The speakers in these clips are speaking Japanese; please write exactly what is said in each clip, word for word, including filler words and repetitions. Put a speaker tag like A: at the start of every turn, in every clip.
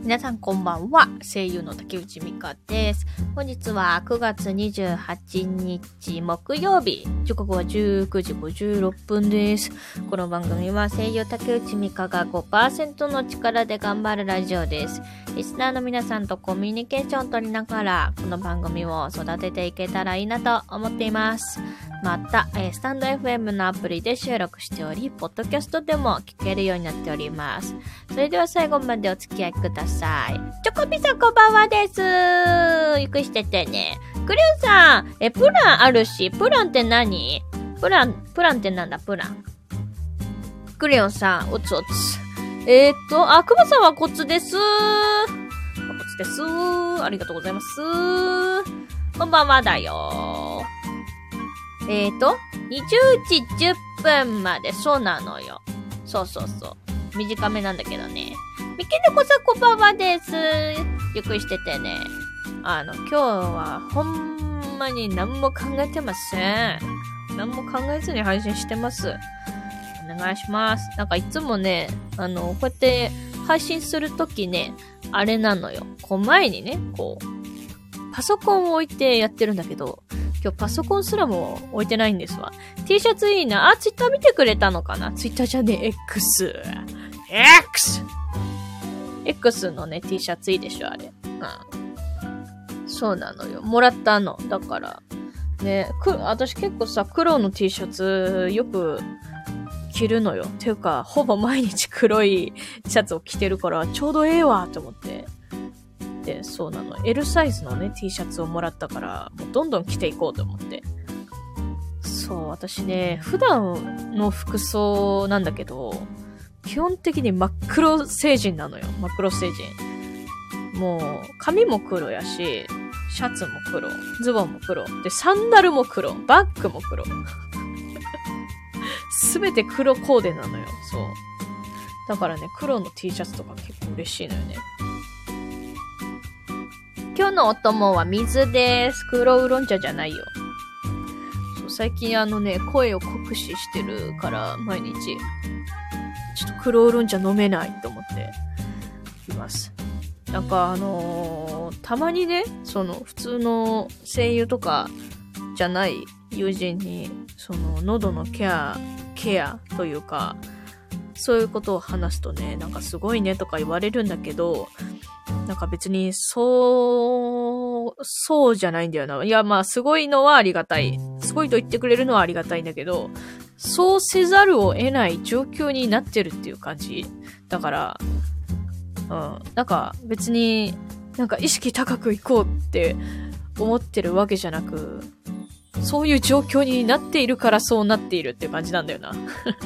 A: 皆さんこんばんは。声優の竹内美香です。本日はくがつにじゅうはちにち木曜日。時刻はじゅうくじごじゅうろっぷんです。この番組は声優竹内美香が ごパーセント の力で頑張るラジオです。リスナーの皆さんとコミュニケーションを取りながら、この番組を育てていけたらいいなと思っています。また、えー、スタンド エフエム のアプリで収録しており、ポッドキャストでも聞けるようになっております。それでは最後までお付き合いください。チョコピさんこんばんはです。ゆっくりしててね。クリュウさん、え、プランあるし、プランって何？プラン、プランってなんだ、プラン。クリュウさん、おつおつ。えーっと、あ、クマさんはコツです。コツです。ありがとうございます。こんばんはだよ。えーと、にじゅうじじゅっぷんまで、そうなのよ。そうそうそう。短めなんだけどね。みけねこさんこんばんはです。ゆっくりしててね。あの、今日はほんまに何も考えてません。何も考えずに配信してます。お願いします。なんかいつもね、あの、こうやって配信するときね、あれなのよ。こう前にね、こう、パソコンを置いてやってるんだけど、今日パソコンすらも置いてないんですわ。T シャツいいな。あ、ツイッター見てくれたのかな？ツイッターじゃねえ、X。X! X のね、T シャツいいでしょ、あれ。うん。そうなのよ。もらったの。だから。ね、く、私結構さ、黒の T シャツよく着るのよ。ていうか、ほぼ毎日黒いシャツを着てるから、ちょうどええわと思って。で、そうなの。L サイズのね、T シャツをもらったから、もうどんどん着ていこうと思って。そう、私ね、普段の服装なんだけど、基本的に真っ黒星人なのよ。真っ黒星人。もう、髪も黒やし、シャツも黒、ズボンも黒、で、サンダルも黒、バッグも黒。すべて黒コーデなのよ。そう。だからね、黒の T シャツとか結構嬉しいのよね。今日のお供は水です。黒ウーロン茶じゃないよ。そう、最近あのね、声を酷使してるから、毎日、ちょっと黒ウーロン茶飲めないと思っています。なんかあのー、たまにね、その普通の声優とかじゃない友人に、その喉のケア、ケアというか、そういうことを話すとね、なんかすごいねとか言われるんだけど、なんか別に、そう、そうじゃないんだよな。いや、まあ、すごいのはありがたい。すごいと言ってくれるのはありがたいんだけど、そうせざるを得ない状況になってるっていう感じ。だから、うん。なんか別に、なんか意識高くいこうって思ってるわけじゃなく、そういう状況になっているからそうなっているっていう感じなんだよな。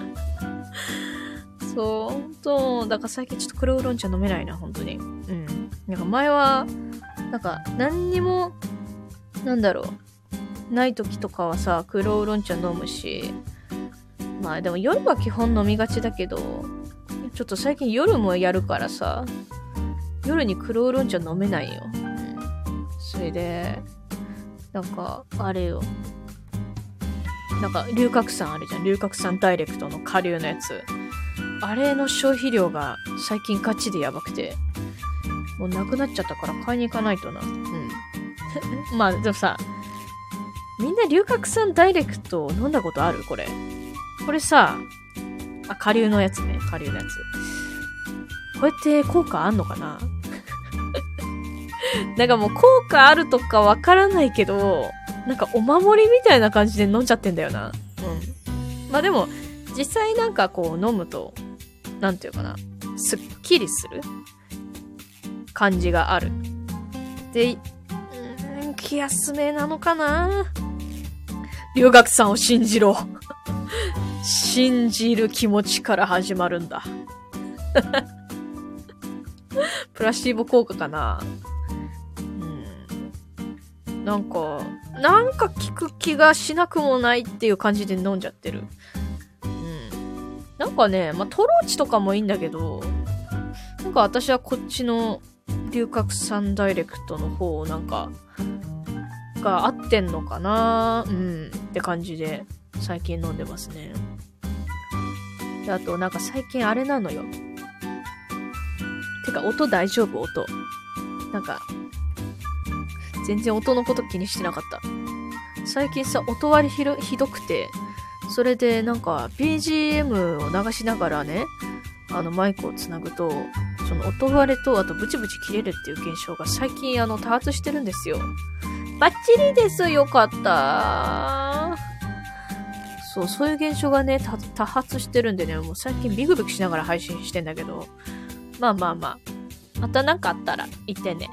A: そう、ほんと、だから最近ちょっと黒ウーロン茶飲めないな、ほんとに。うん。なんか前は、なんか何にも、なんだろう、ない時とかはさ、黒ウーロン茶飲むし、まあでも夜は基本飲みがちだけど、ちょっと最近夜もやるからさ、夜に黒ウーロン茶飲めないよ。うん。それで、なんか、あれよ。なんか、龍角散あるじゃん。龍角散ダイレクトの顆粒のやつ。あれの消費量が最近ガチでやばくて、もうなくなっちゃったから買いに行かないとな。うん。まあ、でもさ、みんな龍角散ダイレクト飲んだことある？これ。これさ、あ、顆粒のやつね。顆粒のやつ。こうやって効果あんのかな？なんかもう効果あるとかわからないけど、なんかお守りみたいな感じで飲んじゃってんだよな。うん。まあでも、実際なんかこう飲むと、なんていうかな、すっきりする感じがある。で、うーん、気休めなのかな？龍角散を信じろ。信じる気持ちから始まるんだ。プラシーボ効果かな？うん。なんか、なんか効く気がしなくもないっていう感じで飲んじゃってる。なんかね、まあ、トローチとかもいいんだけど、なんか私はこっちの龍角散ダイレクトの方なんか、が合ってんのかな？うん、って感じで最近飲んでますね。で、あとなんか最近あれなのよ。 てか、音大丈夫？音。なんか、全然音のこと気にしてなかった。最近さ、音割りひど、ひどくて、それでなんか ビージーエム を流しながらね、あのマイクをつなぐと、その音割れとあとブチブチ切れるっていう現象が最近あの多発してるんですよ。バッチリです。よかった。そう、そういう現象がね、多発してるんでね、もう最近ビクビクしながら配信してんだけど、まあまあまあ、またなんかあったら言ってね。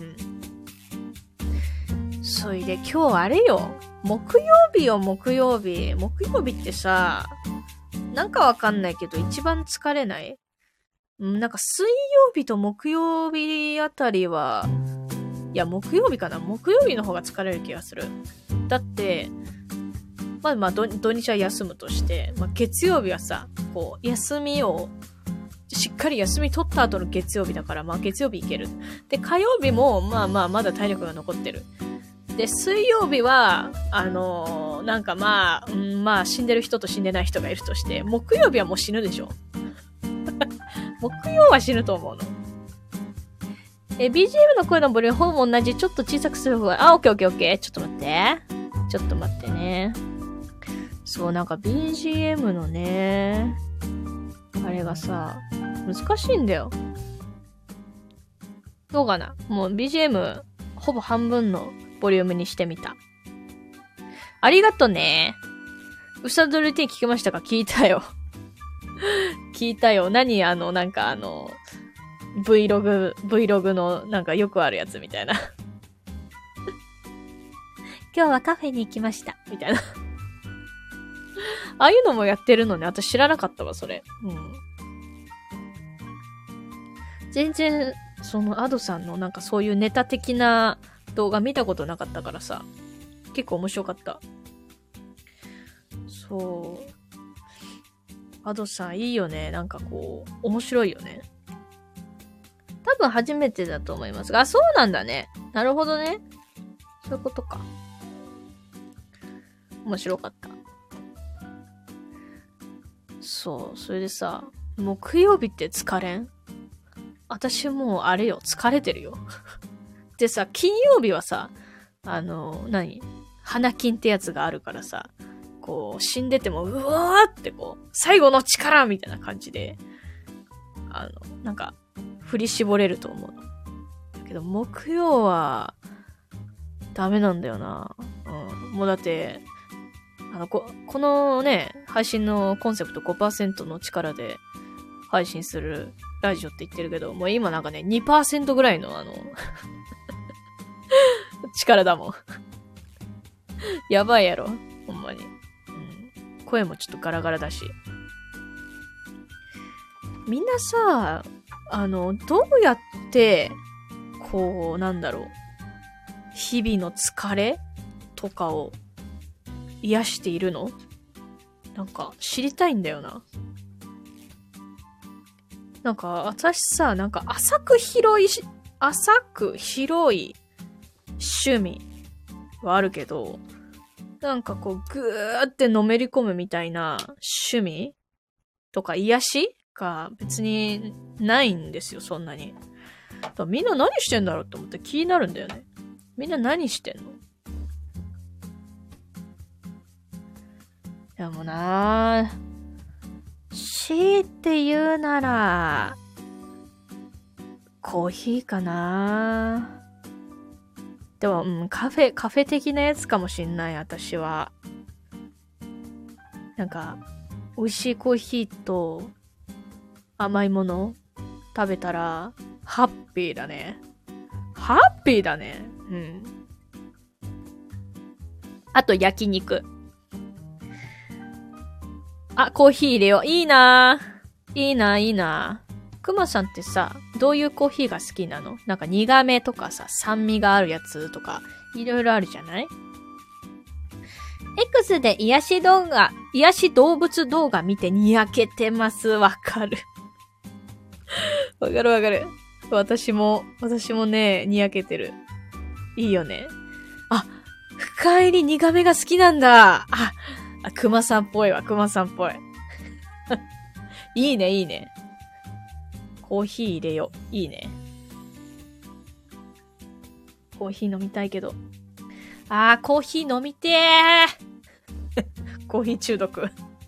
A: うん。そいで今日あれよ。木曜日よ、木曜日。木曜日ってさ、なんかわかんないけど一番疲れない？なんか水曜日と木曜日あたりは、いや、木曜日かな？木曜日の方が疲れる気がする。だって、まあまあ土日は休むとして、まあ月曜日はさ、こう、休みを、しっかり休み取った後の月曜日だから、まあ月曜日いける。で、火曜日も、まあまあまだ体力が残ってる。で、水曜日は、あのー、なんかまあ、うん、まあ死んでる人と死んでない人がいるとして、木曜日はもう死ぬでしょ。木曜は死ぬと思うの。え、ビージーエム の声のボリュームほぼ同じ、ちょっと小さくする方が、あ、オッケーオッケーオッケー。ちょっと待って。ちょっと待ってね。そう、なんか ビージーエム のね、あれがさ、難しいんだよ。どうかな？もう ビージーエム ほぼ半分のボリュームにしてみた。ありがとね。ウサドルーティン聞きましたか？聞いたよ。聞いたよ。何あの、なんかあの、Vlog、Vlog のなんかよくあるやつみたいな。今日はカフェに行きました。みたいな。ああいうのもやってるのね。私知らなかったわ、それ。うん。全然、そのアドさんのなんかそういうネタ的な動画見たことなかったからさ。結構面白かった。そう。アドさんいいよね。なんかこう、面白いよね。多分初めてだと思いますが、あ、そうなんだね。なるほどね。そういうことか。面白かった。そう、それでさ、木曜日って疲れん？私もうあれよ、疲れてるよ。でさ、金曜日はさ、あの、何？花金ってやつがあるからさ、こう、死んでても、うわーってこう、最後の力みたいな感じで、あの、なんか、振り絞れると思うの。だけど、木曜は、ダメなんだよな。うん。もうだって、あの、こ、このね、配信のコンセプト ごパーセント の力で配信するラジオって言ってるけど、もう今なんかね、にパーセント ぐらいのあの、力だもん。やばいやろ。ほんまに。うん。声もちょっとガラガラだし。みんなさ、あの、どうやって、こう、なんだろう。日々の疲れとかを癒しているの？なんか、知りたいんだよな。なんか、私さ、なんか、浅く広いし、浅く広い趣味はあるけど、なんかこう、ぐーってのめり込むみたいな趣味とか癒しが別にないんですよ、そんなに。だからみんな何してんだろうって思って気になるんだよね。みんな何してんの？でもなぁ、強いて言うなら、コーヒーかなぁ。でも、うん、カフェ、カフェ的なやつかもしんない、私は。なんか、美味しいコーヒーと甘いもの食べたら、ハッピーだね。ハッピーだね。うん。あと、焼肉。あ、コーヒー入れよう。いいなぁ。いいなぁ、いいなぁ。くまさんってさ、どういうコーヒーが好きなの？なんか苦めとかさ、酸味があるやつとか、いろいろあるじゃない？ X で癒し動画、癒し動物動画見てにやけてます。わかる。わかるわかる。私も、私もね、にやけてる。いいよね。あ、深入り苦めが好きなんだ。あ、あ、くまさんっぽいわ、くまさんっぽい。いいね、いいね。 コーヒー入れよ。いいね。コーヒー飲みたいけど。あー、コーヒー飲みてーコーヒー中毒。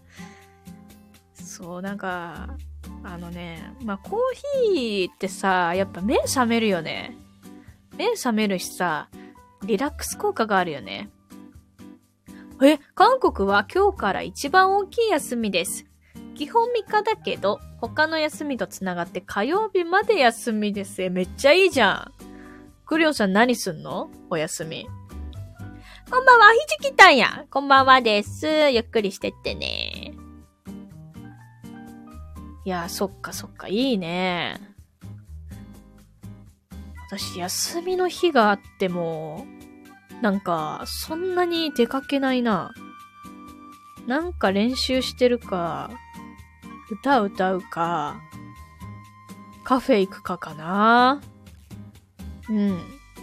A: そう、なんか、あのね、まあ、コーヒーってさ、やっぱ目覚めるよね。目覚めるしさ、リラックス効果があるよね。え、韓国は今日から一番大きい休みです。基本みっかだけど、他の休みとつながって火曜日まで休みです。え、めっちゃいいじゃん。クリオンさん何すんの？お休み。こんばんは、ひじきたんや。こんばんはです。ゆっくりしてってね。いや、そっかそっか、いいね。私、休みの日があっても、なんか、そんなに出かけないな。なんか練習してるか、歌歌うか、カフェ行くかかな。うん。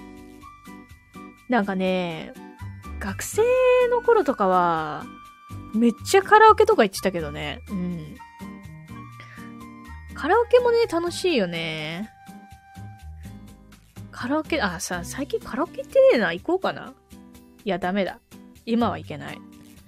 A: なんかね、学生の頃とかは、めっちゃカラオケとか行ってたけどね。うん。カラオケもね、楽しいよね。カラオケ、あ、さ、最近カラオケ行ってねえな。行こうかな。いや、ダメだ。今はいけない。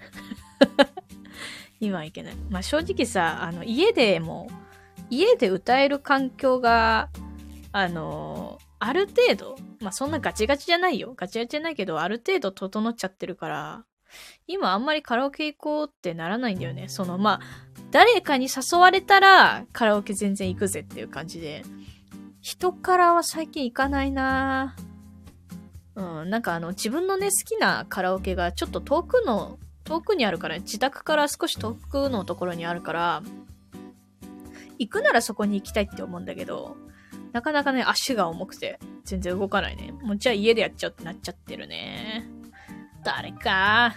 A: 今はいけない。まあ、正直さ、あの、家でも、家で歌える環境が、あの、ある程度、まあ、そんなガチガチじゃないよ。ガチガチじゃないけど、ある程度整っちゃってるから、今あんまりカラオケ行こうってならないんだよね。その、まあ、誰かに誘われたら、カラオケ全然行くぜっていう感じで、人からは最近行かないなぁ。うん、なんかあの、自分のね、好きなカラオケがちょっと遠くの、遠くにあるから、自宅から少し遠くのところにあるから、行くならそこに行きたいって思うんだけど、なかなかね、足が重くて、全然動かないね。もうじゃあ家でやっちゃうってなっちゃってるね。誰か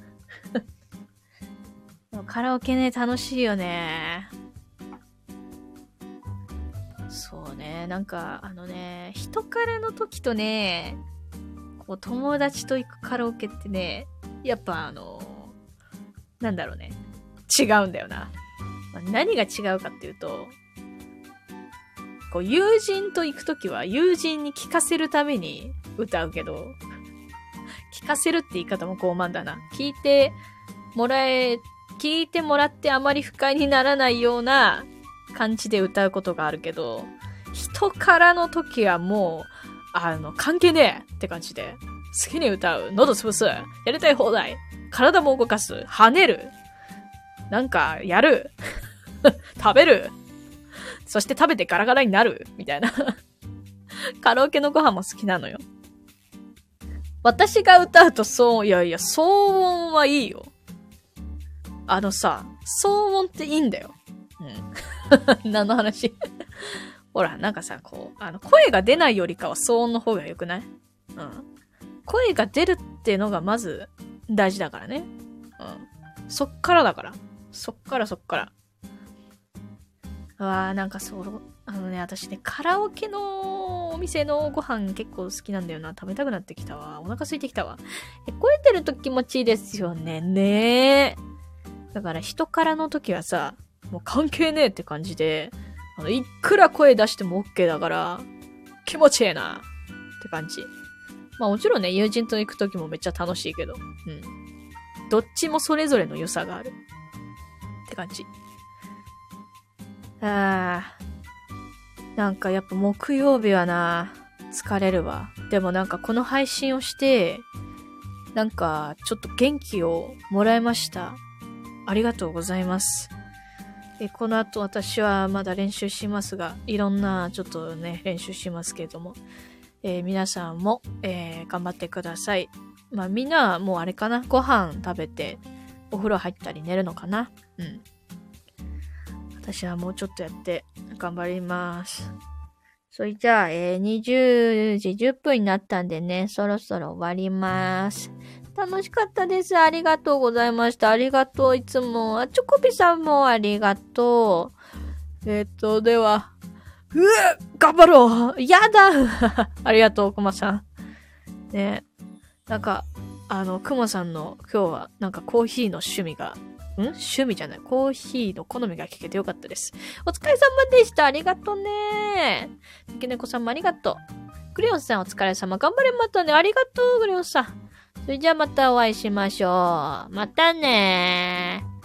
A: カラオケね、楽しいよね。そうね、なんか、あのね、人からの時とね、こう友達と行くカラオケってね、やっぱあの、なんだろうね、違うんだよな。まあ、何が違うかっていうと、こう友人と行く時は友人に聞かせるために歌うけど、聞かせるって言い方も傲慢だな。聞いてもらえ、聞いてもらってあまり不快にならないような感じで歌うことがあるけど、人からの時はもう、あの、関係ねえって感じで、好きに歌う、喉潰す、やりたい放題、体も動かす、跳ねる、なんか、やる、食べる、そして食べてガラガラになる、みたいな。カラオケのご飯も好きなのよ。私が歌うと騒音、いやいや、騒音はいいよ。あのさ、騒音っていいんだよ。うん。何の話ほら、なんかさ、こう、あの、声が出ないよりかは騒音の方が良くない？うん。声が出るってのがまず大事だからね。うん。そっからだから。そっからそっから。うわー、なんかそう、あのね、私ね、カラオケのお店のご飯結構好きなんだよな。食べたくなってきたわ。お腹空いてきたわ。え、声出ると気持ちいいですよね。ねー。だから人からの時はさ、もう関係ねえって感じで、あの、いくら声出しても OK だから、気持ちええなって感じ。まあもちろんね、友人と行く時もめっちゃ楽しいけど、うん。どっちもそれぞれの良さがある。って感じ。あー。なんかやっぱ木曜日はな、疲れるわ。でもなんかこの配信をして、なんかちょっと元気をもらいました。ありがとうございます。えこの後私はまだ練習しますが、いろんなちょっとね、練習しますけれども、えー、皆さんも、えー、頑張ってください。まあみんなはもうあれかな、ご飯食べて、お風呂入ったり寝るのかな。うん。私はもうちょっとやって頑張ります。それじゃあ、えー、にじゅうじじゅっぷんになったんでね、そろそろ終わります。楽しかったです。ありがとうございました。ありがとう。いつも。あ、チョコピさんもありがとう。えっと、では。うぅ頑張ろうやだありがとう、くまさん。ね。なんか、あの、くまさんの今日は、なんかコーヒーの趣味が趣味じゃない。コーヒーの好みが聞けてよかったです。お疲れ様でした。ありがとうね。ゆきねこさんもありがとう。クレヨンさんお疲れ様。頑張れまたね。ありがとう、クレヨンさん。それじゃあまたお会いしましょう。またねー。